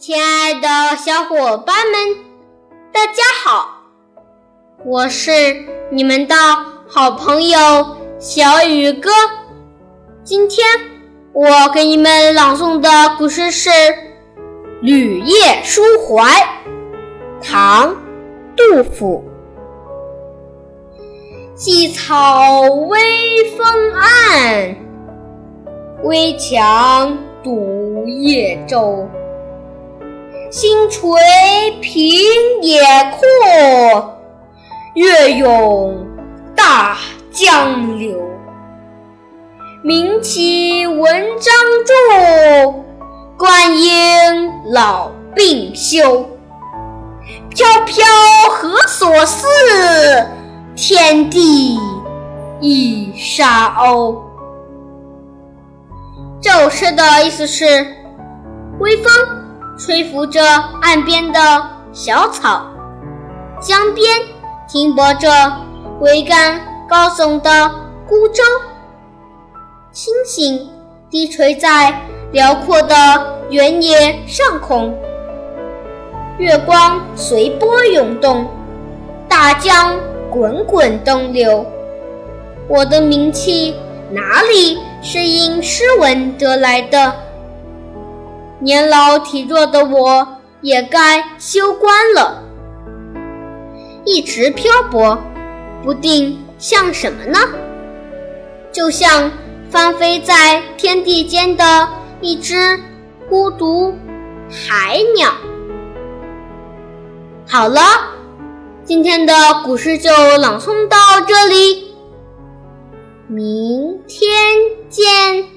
亲爱的小伙伴们，大家好，我是你们的好朋友小雨哥。今天我给你们朗诵的故事是《旅夜书怀》，唐·杜甫。细草微风岸，危樯独夜舟。星垂平野阔，月涌大江流。名岂文章著，观应老病休。飘飘何所似，天地一沙鸥。这首诗的意思是，微风吹拂着岸边的小草，江边停泊着桅杆高耸的孤舟，星星低垂在辽阔的原野上空，月光随波涌动，大江滚滚东流。我的名气哪里是因诗文得来的？年老体弱的我也该休官了。一直漂泊，不定像什么呢？就像翻飞在天地间的一只孤独海鸟。好了，今天的故事就朗诵到这里，明天见。